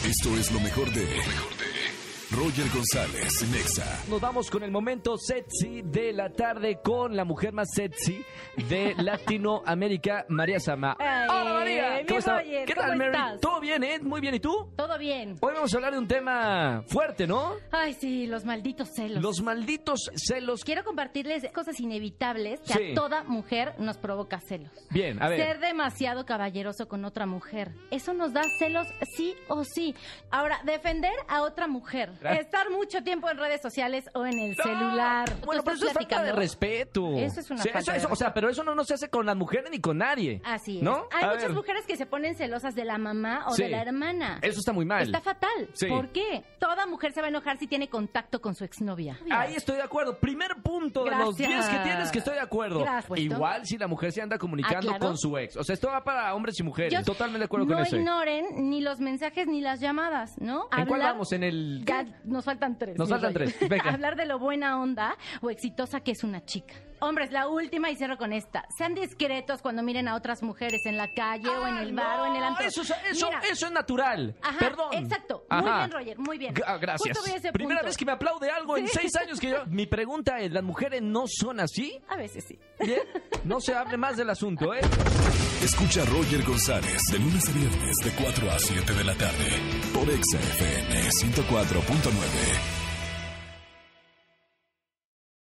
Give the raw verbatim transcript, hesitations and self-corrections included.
Esto es lo mejor de Roger González, Nexa. Nos vamos con el momento sexy de la tarde con la mujer más sexy de Latinoamérica, María Sama. Ay, ¡Hola, María! mi ¿Cómo estás? Roger, ¿Qué ¿cómo tal, Mary? estás? ¿Todo bien, eh? Muy bien, ¿y tú? Todo bien. Hoy vamos a hablar de un tema fuerte, ¿no? Ay, sí, los malditos celos. Los malditos celos. Quiero compartirles cosas inevitables que Sí. a toda mujer nos provoca celos. Bien, a ver. Ser demasiado caballeroso con otra mujer. Eso nos da celos sí o sí. Ahora, defender a otra mujer. Claro. Estar mucho tiempo en redes sociales o en el ¡No! celular. ¿Tú Bueno, pero estás eso es falta de platicando? respeto. Eso es una Sí, falta eso- de eso- O sea, pero eso no, no se hace con las mujeres ni con nadie. Así es. ¿No? Hay A muchas ver. mujeres que se ponen celosas de la mamá o Sí. de la hermana. Eso está muy mal. Está fatal. Sí. ¿Por qué? Toda mujer se va a enojar si tiene contacto con su exnovia. Ahí estoy de acuerdo. Primer punto de los Gracias. diez que tienes que estoy de acuerdo. Gracias. Igual si la mujer se anda comunicando Ah, claro. con su ex. O sea, esto va para hombres y mujeres. Yo- Totalmente de acuerdo no con eso. ignoren ni los mensajes ni las llamadas, ¿no? ¿En cuál Hablar- vamos? ¿En el...? Ya nos faltan tres. Nos mi faltan Roger. tres. Venga. Hablar de lo buena onda o exitosa que es una chica. Hombres, la última y cierro con esta. Sean discretos cuando miren a otras mujeres en la calle o en Ay, el bar o en el no, antro. Eso, es- eso, Mira, eso es natural. Ajá, Perdón. exacto. Muy Ajá. bien, Roger, muy bien. G- ah, gracias. Justo voy a ese Primera punto. vez que me aplaude algo en Sí. seis años que yo... Mi pregunta es, ¿las mujeres no son así? A veces sí. Bien. No se hable más del asunto, ¿eh? Escucha a Roger González de lunes a viernes de cuatro a siete de la tarde por Exa F M ciento cuatro punto nueve.